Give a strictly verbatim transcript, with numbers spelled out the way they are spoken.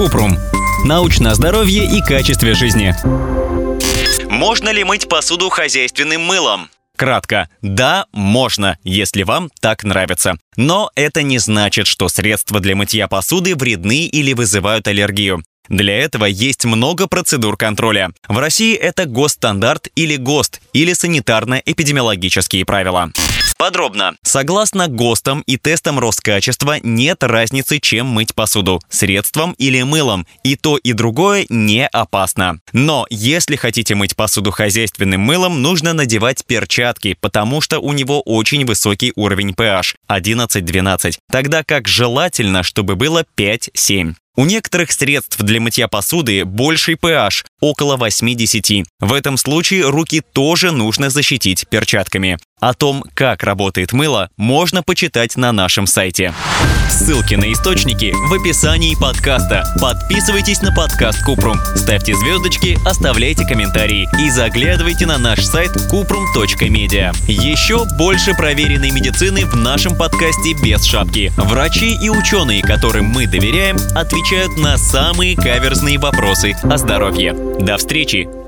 Купрум. Научное здоровье и качестве жизни. Можно ли мыть посуду хозяйственным мылом? Кратко. Да, можно, если вам так нравится. Но это не значит, что средства для мытья посуды вредны или вызывают аллергию. Для этого есть много процедур контроля. В России это госстандарт или ГОСТ, или санитарно-эпидемиологические правила. Подробно. Согласно ГОСТам и тестам Роскачества нет разницы, чем мыть посуду – средством или мылом. И то, и другое не опасно. Но если хотите мыть посуду хозяйственным мылом, нужно надевать перчатки, потому что у него очень высокий уровень pH – одиннадцать-двенадцать, тогда как желательно, чтобы было пять-семь. У некоторых средств для мытья посуды больший pH – около восемь-десять. В этом случае руки тоже нужно защитить перчатками. О том, как работает мыло, можно почитать на нашем сайте. Ссылки на источники в описании подкаста. Подписывайтесь на подкаст Купрум, ставьте звездочки, оставляйте комментарии и заглядывайте на наш сайт купрум точка медиа. Еще больше проверенной медицины в нашем подкасте без шапки. Врачи и ученые, которым мы доверяем, отвечают на самые каверзные вопросы о здоровье. До встречи!